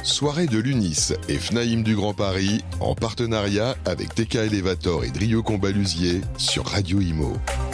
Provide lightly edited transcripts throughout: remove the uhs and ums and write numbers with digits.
Soirée de l'UNIS et FNAIM du Grand Paris en partenariat avec TK Elevator et Drio Combalusier sur Radio Imo.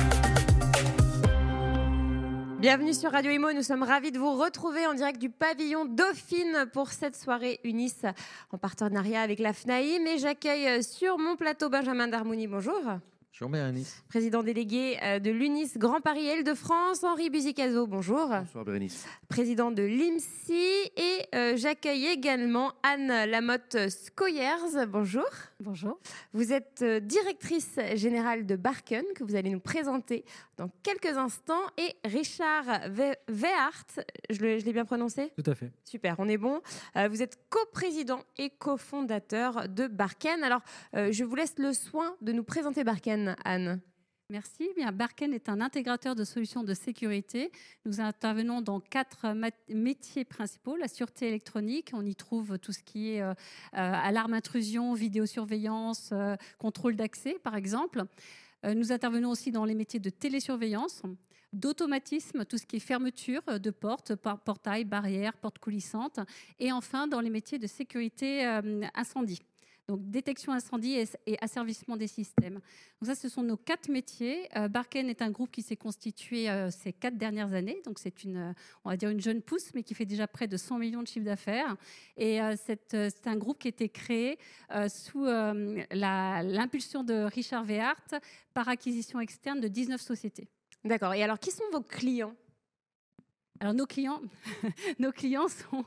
Bienvenue sur Radio Imo, nous sommes ravis de vous retrouver en direct du pavillon Dauphine pour cette soirée UNIS en partenariat avec la FNAIM. Et j'accueille sur mon plateau Benjamin Darmouni, bonjour. Bonjour Bérénice. Président délégué de l'UNIS Grand Paris et Île-de-France, Henri Buzicazo, bonjour. Bonsoir Bérénice. Président de l'IMSI et j'accueille également Anne Lamotte-Scoyers, bonjour. Bonjour. Vous êtes directrice générale de Barken, que vous allez nous présenter dans quelques instants, et Richard Wehart, je l'ai bien prononcé ? Tout à fait. Super, on est bon. Vous êtes coprésident et cofondateur de Barken. Alors, je vous laisse le soin de nous présenter Barken, Anne. Merci. Bien, Barken est un intégrateur de solutions de sécurité. Nous intervenons dans 4 métiers principaux. La sûreté électronique, on y trouve tout ce qui est alarme intrusion, vidéosurveillance, contrôle d'accès par exemple. Nous intervenons aussi dans les métiers de télésurveillance, d'automatisme, tout ce qui est fermeture de portes, portail, barrières, portes coulissantes. Et enfin, dans les métiers de sécurité incendie. Donc, détection incendie et asservissement des systèmes. Donc ça, ce sont nos 4 métiers. Barken est un groupe qui s'est constitué ces 4 dernières années. Donc, c'est on va dire une jeune pousse, mais qui fait déjà près de 100 millions de chiffres d'affaires. Et c'est un groupe qui a été créé sous l'impulsion de Richard Wehart par acquisition externe de 19 sociétés. D'accord. Et alors, qui sont vos clients ? Alors, nos clients sont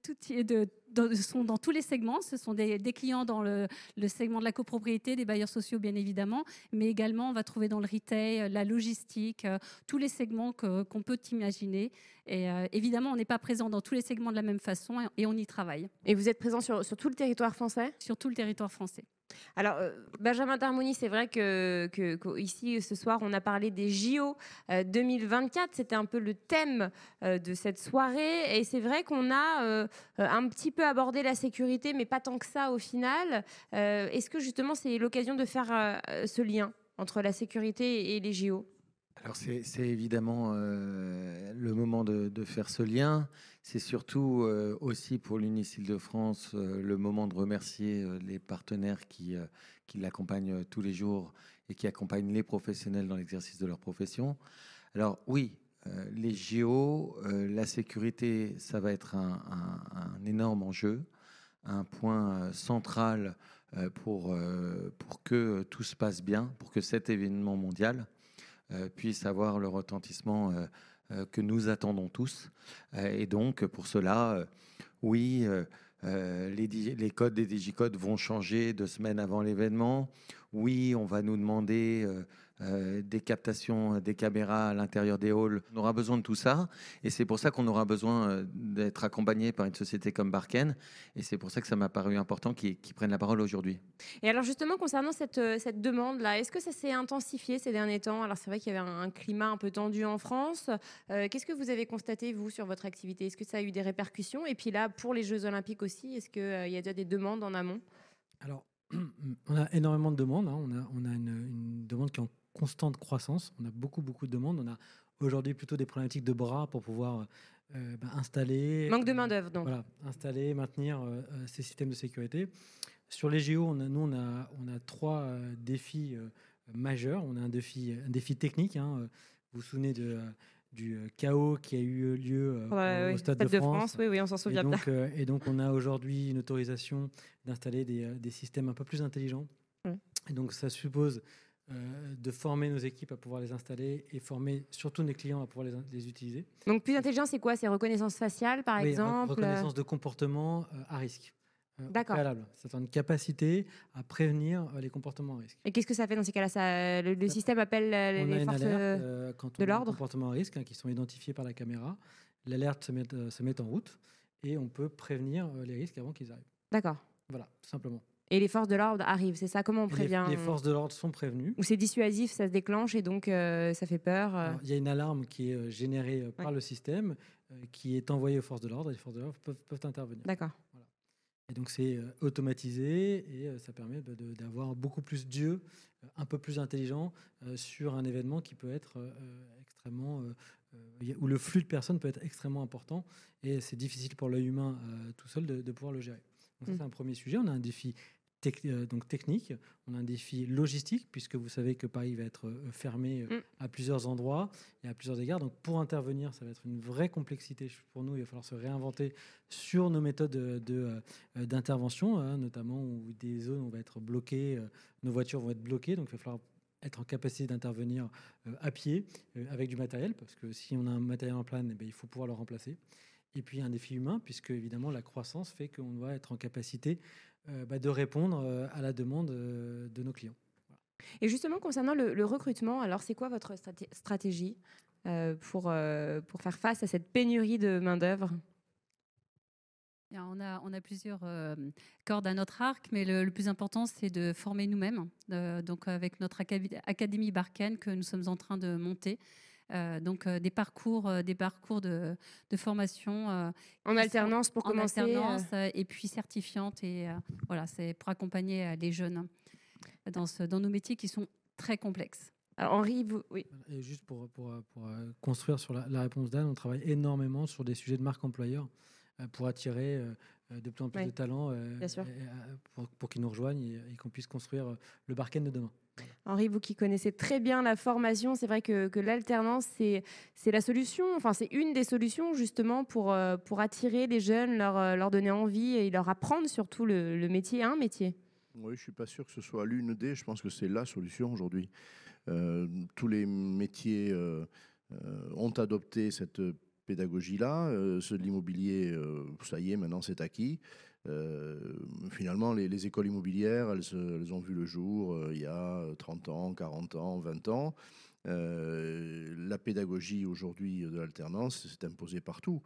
sont dans tous les segments. Ce sont des clients dans le segment de la copropriété, des bailleurs sociaux bien évidemment, mais également on va trouver dans le retail, la logistique, tous les segments qu'on peut imaginer. Et évidemment, on n'est pas présent dans tous les segments de la même façon et on y travaille. Et vous êtes présent sur tout le territoire français ? Sur tout le territoire français. Alors, Benjamin Darmouni, c'est vrai que ici, ce soir, on a parlé des JO 2024. C'était un peu le thème de cette soirée. Et c'est vrai qu'on a un petit peu abordé la sécurité, mais pas tant que ça au final. Est-ce que justement, c'est l'occasion de faire ce lien entre la sécurité et les JO ? Alors c'est évidemment le moment de faire ce lien. C'est surtout aussi pour l'UNIS Île-de-France le moment de remercier les partenaires qui l'accompagnent tous les jours et qui accompagnent les professionnels dans l'exercice de leur profession. Alors oui, les JO, la sécurité, ça va être un énorme enjeu, un point central pour que tout se passe bien, pour que cet événement mondial puisse avoir le retentissement que nous attendons tous. Et donc, pour cela, oui, les codes des digicodes vont changer 2 semaines avant l'événement. Oui, on va nous demander des captations, des caméras à l'intérieur des halls. On aura besoin de tout ça. Et c'est pour ça qu'on aura besoin d'être accompagné par une société comme Barken. Et c'est pour ça que ça m'a paru important qu'ils prennent la parole aujourd'hui. Et alors justement, concernant cette demande-là, est-ce que ça s'est intensifié ces derniers temps ? Alors c'est vrai qu'il y avait un climat un peu tendu en France. Qu'est-ce que vous avez constaté, vous, sur votre activité ? Est-ce que ça a eu des répercussions ? Et puis là, pour les Jeux Olympiques aussi, est-ce qu'il y a déjà des demandes en amont ? Alors, on a énormément de demandes. On a une demande qui est en constante croissance. On a beaucoup de demandes. On a aujourd'hui plutôt des problématiques de bras pour pouvoir installer. Manque de main-d'œuvre, donc. Voilà, installer, maintenir ces systèmes de sécurité. Sur les JO, on a 3 défis majeurs. On a un défi technique. Vous vous souvenez du chaos qui a eu lieu au Stade de France. Oui, on s'en souvient bien. Et donc, on a aujourd'hui une autorisation d'installer des systèmes un peu plus intelligents. Et donc, ça suppose de former nos équipes à pouvoir les installer et former surtout nos clients à pouvoir les utiliser. Donc, plus intelligent, c'est quoi ? C'est reconnaissance faciale, par exemple ? Reconnaissance de comportement à risque. D'accord. Préalable. C'est une capacité à prévenir les comportements à risque. Et qu'est-ce que ça fait dans ces cas-là ? Le système appelle les forces de l'ordre ? Comportements à risque qui sont identifiés par la caméra. L'alerte se met en route et on peut prévenir les risques avant qu'ils arrivent. D'accord. Voilà, tout simplement. Et les forces de l'ordre arrivent, c'est ça ? Comment on prévient ? Les forces de l'ordre sont prévenues. Ou c'est dissuasif, ça se déclenche et donc ça fait peur Alors, il y a une alarme qui est générée par le système qui est envoyée aux forces de l'ordre et les forces de l'ordre peuvent intervenir. D'accord. Voilà. Et donc c'est automatisé et ça permet d'avoir beaucoup plus d'yeux, un peu plus intelligents sur un événement qui peut être extrêmement où le flux de personnes peut être extrêmement important et c'est difficile pour l'œil humain tout seul de pouvoir le gérer. Donc ça, c'est un premier sujet. On a un défi donc technique, on a un défi logistique, puisque vous savez que Paris va être fermé à plusieurs endroits et à plusieurs égards. Donc pour intervenir, ça va être une vraie complexité pour nous. Il va falloir se réinventer sur nos méthodes d'intervention, notamment où des zones où on va être bloqué, nos voitures vont être bloquées, donc il va falloir être en capacité d'intervenir à pied avec du matériel, parce que si on a un matériel en panne, il faut pouvoir le remplacer. Et puis un défi humain, puisque évidemment la croissance fait qu'on doit être en capacité de répondre à la demande de nos clients. Voilà. Et justement, concernant le recrutement, alors c'est quoi votre stratégie pour faire face à cette pénurie de main-d'œuvre ? On a plusieurs cordes à notre arc, mais le plus important, c'est de former nous-mêmes. Donc, avec notre Académie Barken que nous sommes en train de monter. Des parcours de formation en alternance pour commencer, et puis certifiante, et voilà, c'est pour accompagner les jeunes dans nos métiers qui sont très complexes. Alors Henri, oui. Et juste pour construire sur la réponse d'Anne, on travaille énormément sur des sujets de marque employeur pour attirer de plus en plus de talents pour qu'ils nous rejoignent et qu'on puisse construire le Barken de demain. Henri, vous qui connaissez très bien la formation, c'est vrai que l'alternance, c'est la solution, enfin c'est une des solutions justement pour attirer les jeunes, leur donner envie et leur apprendre surtout le métier, un métier. Oui, je ne suis pas sûr que ce soit l'une des, je pense que c'est la solution aujourd'hui. Tous les métiers ont adopté cette pédagogie-là, ceux de l'immobilier, ça y est, maintenant c'est acquis. Finalement, les écoles immobilières, elles ont vu le jour il y a 30 ans, 40 ans, 20 ans. La pédagogie aujourd'hui de l'alternance s'est imposée partout.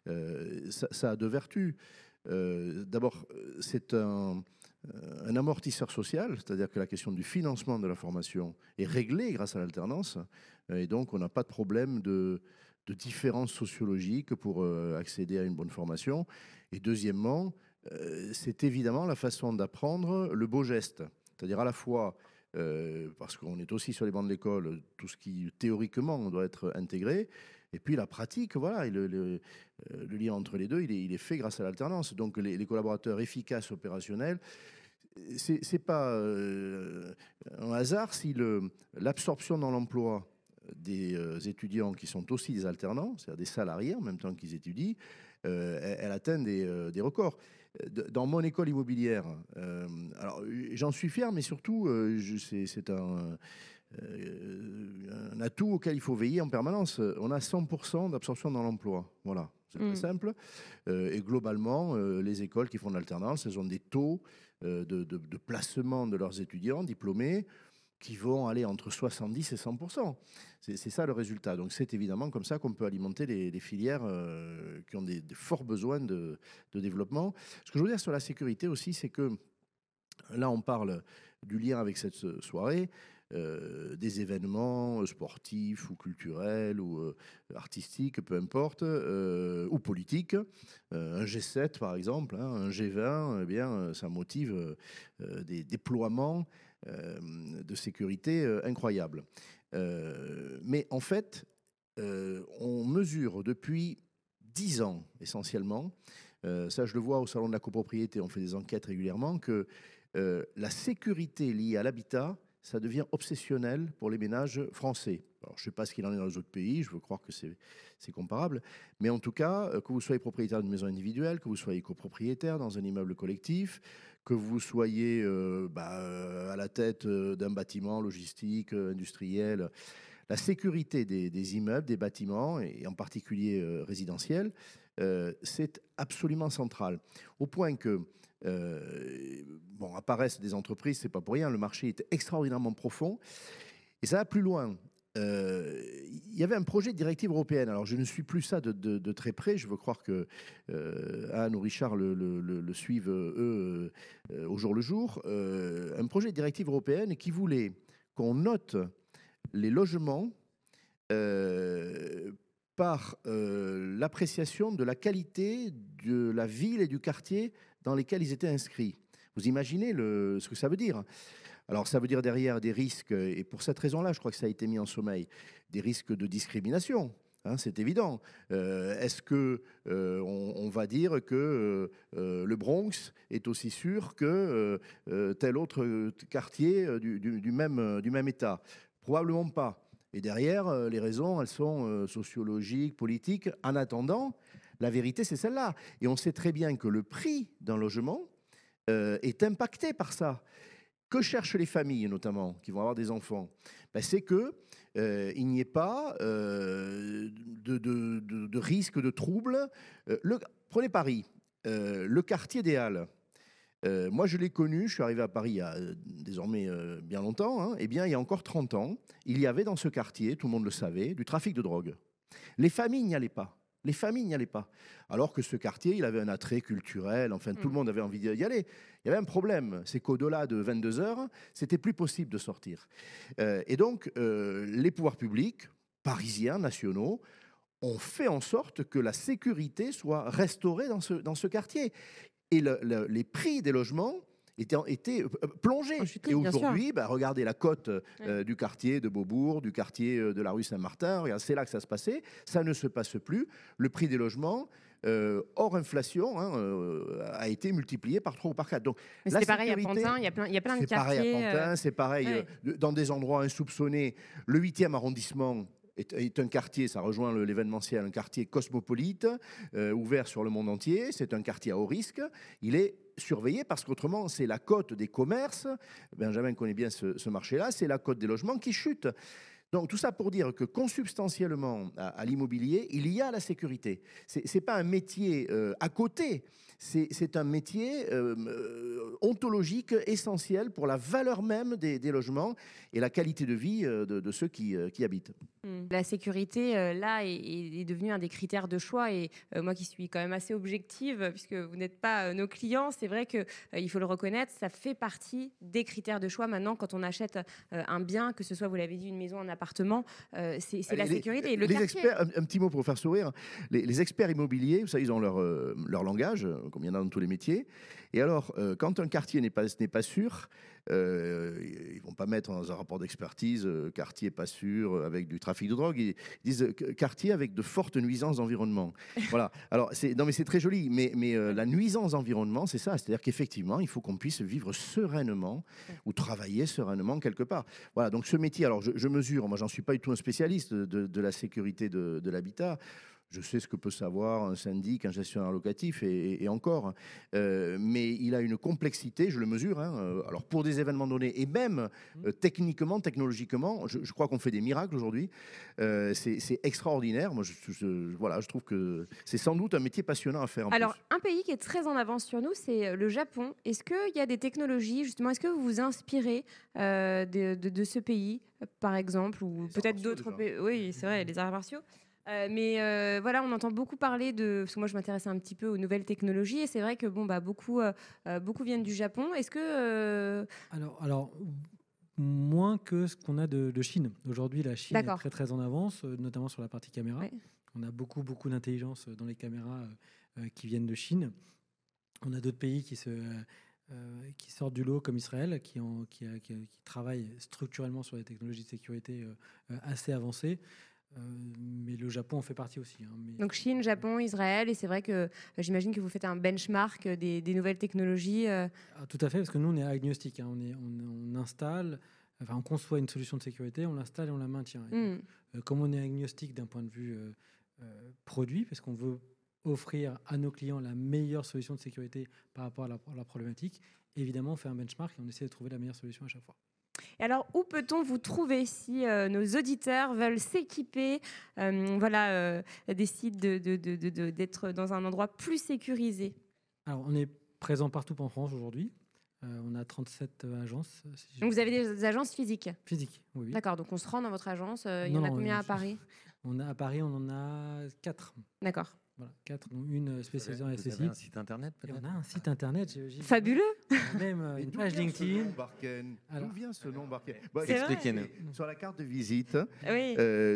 Ça a deux vertus. D'abord, c'est un amortisseur social, c'est-à-dire que la question du financement de la formation est réglée grâce à l'alternance. Et donc, on n'a pas de problème de différences sociologiques pour accéder à une bonne formation. Et deuxièmement, c'est évidemment la façon d'apprendre le beau geste. C'est-à-dire à la fois, parce qu'on est aussi sur les bancs de l'école, tout ce qui théoriquement doit être intégré, et puis la pratique, voilà, le lien entre les deux, il est fait grâce à l'alternance. Donc les collaborateurs efficaces, opérationnels, c'est pas un hasard si l'absorption dans l'emploi des étudiants qui sont aussi des alternants, c'est-à-dire des salariés en même temps qu'ils étudient, elle atteint des records. Dans mon école immobilière, alors j'en suis fier, mais surtout c'est un atout auquel il faut veiller en permanence. On a 100% d'absorption dans l'emploi. Voilà, c'est très simple. Et globalement, les écoles qui font de l'alternance, elles ont des taux de placement de leurs étudiants diplômés qui vont aller entre 70 et 100%. C'est ça le résultat. Donc c'est évidemment comme ça qu'on peut alimenter les filières qui ont des forts besoins de développement. Ce que je veux dire sur la sécurité aussi, c'est que là on parle du lien avec cette soirée, des événements sportifs ou culturels ou artistiques, peu importe, ou politiques. Un G7 par exemple, un G20, eh bien, ça motive des déploiements de sécurité incroyables. Mais en fait, on mesure depuis 10 ans essentiellement, ça je le vois au Salon de la copropriété, on fait des enquêtes régulièrement, que la sécurité liée à l'habitat, ça devient obsessionnel pour les ménages français. Alors, je ne sais pas ce qu'il en est dans les autres pays, je veux croire que c'est comparable, mais en tout cas, que vous soyez propriétaire d'une maison individuelle, que vous soyez copropriétaire dans un immeuble collectif, que vous soyez à la tête d'un bâtiment logistique, industriel, la sécurité des immeubles, des bâtiments, et en particulier résidentiels, c'est absolument central. Au point que apparaissent des entreprises, c'est pas pour rien, le marché est extraordinairement profond, et ça va plus loin. Il y avait un projet de directive européenne, alors je ne suis plus ça de très près, je veux croire que Anne ou Richard le suivent eux au jour le jour, un projet de directive européenne qui voulait qu'on note les logements par l'appréciation de la qualité de la ville et du quartier dans lesquels ils étaient inscrits. Vous imaginez ce que ça veut dire ? Alors ça veut dire derrière des risques, et pour cette raison-là, je crois que ça a été mis en sommeil, des risques de discrimination. Hein, c'est évident. Est-ce que on va dire que le Bronx est aussi sûr que tel autre quartier du même État? Probablement pas. Et derrière, les raisons, elles sont sociologiques, politiques. En attendant, la vérité, c'est celle-là. Et on sait très bien que le prix d'un logement est impacté par ça. Que cherchent les familles, notamment, qui vont avoir des enfants? C'est que il n'y ait pas de risque de trouble. Prenez Paris, le quartier des Halles. Moi, je l'ai connu, je suis arrivé à Paris il y a désormais bien longtemps. Hein. Eh bien, il y a encore 30 ans, il y avait dans ce quartier, tout le monde le savait, du trafic de drogue. Les familles n'y allaient pas. Les familles n'y allaient pas. Alors que ce quartier, il avait un attrait culturel, enfin, tout le monde avait envie d'y aller. Il y avait un problème, c'est qu'au-delà de 22 heures, c'était plus possible de sortir. Et donc, les pouvoirs publics, parisiens, nationaux, ont fait en sorte que la sécurité soit restaurée dans ce quartier. Et les prix des logements étaient plongés. Et aujourd'hui, regardez la cote du quartier de Beaubourg, du quartier de la rue Saint-Martin, c'est là que ça se passait. Ça ne se passe plus. Le prix des logements, hors inflation, a été multiplié par 3 ou par 4. Donc, mais c'est pareil à Pantin, il y a plein de quartiers. C'est pareil à Pantin, c'est pareil dans des endroits insoupçonnés. Le 8e arrondissement est un quartier, ça rejoint l'événementiel, un quartier cosmopolite, ouvert sur le monde entier. C'est un quartier à haut risque. Il est surveillé parce qu'autrement, c'est la cote des commerces. Benjamin connaît bien ce marché-là. C'est la cote des logements qui chute. Donc tout ça pour dire que consubstantiellement à l'immobilier, il y a la sécurité. C'est pas un métier à côté. C'est un métier ontologique essentiel pour la valeur même des logements et la qualité de vie de ceux qui habitent. La sécurité, là, est devenue un des critères de choix. Et moi qui suis quand même assez objective, puisque vous n'êtes pas nos clients, c'est vrai qu'il faut le reconnaître, ça fait partie des critères de choix. Maintenant, quand on achète un bien, que ce soit, vous l'avez dit, une maison, un appartement, c'est la sécurité. Le quartier. Experts, un petit mot pour vous faire sourire. Les experts immobiliers, vous savez, ils ont leur langage, comme il y en a dans tous les métiers. Et alors, quand un quartier n'est pas sûr, ils ne vont pas mettre dans un rapport d'expertise quartier pas sûr avec du trafic de drogue. Ils disent quartier avec de fortes nuisances d'environnement. Voilà. Alors, c'est très joli, mais la nuisance d'environnement, c'est ça. C'est-à-dire qu'effectivement, il faut qu'on puisse vivre sereinement ou travailler sereinement quelque part. Voilà. Donc, ce métier, alors je mesure, moi, j'en suis pas du tout un spécialiste de la sécurité de l'habitat. Je sais ce que peut savoir un syndic, un gestionnaire locatif et encore. Mais il a une complexité, je le mesure. Alors pour des événements donnés et même techniquement, technologiquement, je crois qu'on fait des miracles aujourd'hui. C'est extraordinaire. Moi, je trouve que c'est sans doute un métier passionnant à faire. Alors, un pays qui est très en avance sur nous, c'est le Japon. Est-ce qu'il y a des technologies, justement, est-ce que vous vous inspirez de ce pays, par exemple, ou peut-être d'autres pays? Oui, c'est vrai, les arts martiaux. Mais voilà, on entend beaucoup parler parce que moi je m'intéresse un petit peu aux nouvelles technologies et c'est vrai que beaucoup viennent du Japon. Est-ce que alors moins que ce qu'on a de Chine. Aujourd'hui, la Chine est très très en avance, notamment sur la partie caméra. Ouais. On a beaucoup d'intelligence dans les caméras qui viennent de Chine. On a d'autres pays qui sortent du lot, comme Israël, qui travaillent structurellement sur les technologies de sécurité assez avancées. Mais le Japon en fait partie aussi. Donc Chine, Japon, Israël, et c'est vrai que j'imagine que vous faites un benchmark des nouvelles technologies. Tout à fait, parce que nous on est agnostique. On installe, on conçoit une solution de sécurité, on l'installe et on la maintient. Comme on est agnostique d'un point de vue produit, parce qu'on veut offrir à nos clients la meilleure solution de sécurité par rapport à la problématique, évidemment on fait un benchmark et on essaie de trouver la meilleure solution à chaque fois. Et alors, où peut-on vous trouver si nos auditeurs veulent s'équiper, décident d'être dans un endroit plus sécurisé? Alors, on est présent partout en France aujourd'hui. On a 37 agences. Donc, vous avez des agences physiques? Physiques, oui. D'accord, donc on se rend dans votre agence. Il y en a combien à Paris? À Paris, on en a 4. D'accord. Voilà, 4, dont une spécialisée en SSI. Vous avez un site internet peut-être? On a un site internet. Fabuleux. Même une page LinkedIn. D'où vient ce nom Barken? Expliquez-nous. Sur la carte de visite oui.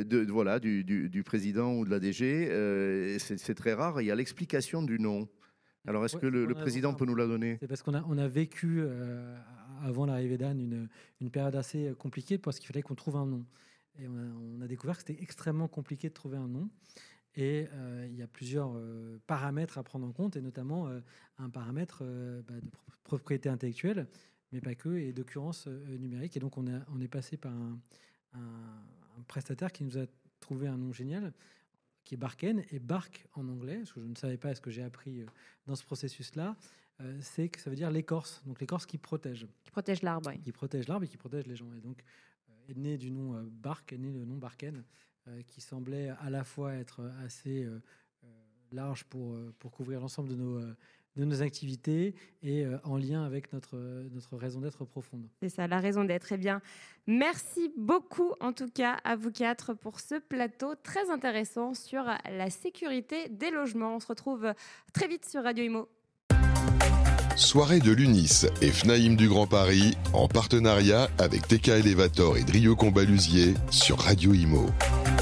du président ou de la DG, c'est très rare. Il y a l'explication du nom. Alors, est-ce que le président peut nous la donner? C'est parce qu'on a vécu, avant l'arrivée d'Anne, une période assez compliquée parce qu'il fallait qu'on trouve un nom. Et on a découvert que c'était extrêmement compliqué de trouver un nom. Et il y a plusieurs paramètres à prendre en compte, et notamment un paramètre de propriété intellectuelle, mais pas que, et d'occurrence numérique. Et donc on est passé par un prestataire qui nous a trouvé un nom génial, qui est Barken, et Bark en anglais, ce que je ne savais pas, ce que j'ai appris dans ce processus-là, c'est que ça veut dire l'écorce, donc l'écorce qui protège. Qui protège l'arbre, oui. Qui protège l'arbre et qui protège les gens. Et donc, est né du nom Bark, est né le nom Barken, qui semblait à la fois être assez large pour couvrir l'ensemble de nos activités et en lien avec notre raison d'être profonde. C'est ça, la raison d'être. Eh bien, merci beaucoup en tout cas à vous quatre pour ce plateau très intéressant sur la sécurité des logements. On se retrouve très vite sur Radio Imo. Soirée de l'UNIS et FNAIM du Grand Paris en partenariat avec TK Elevator et Drieux Combalusier sur Radio Imo.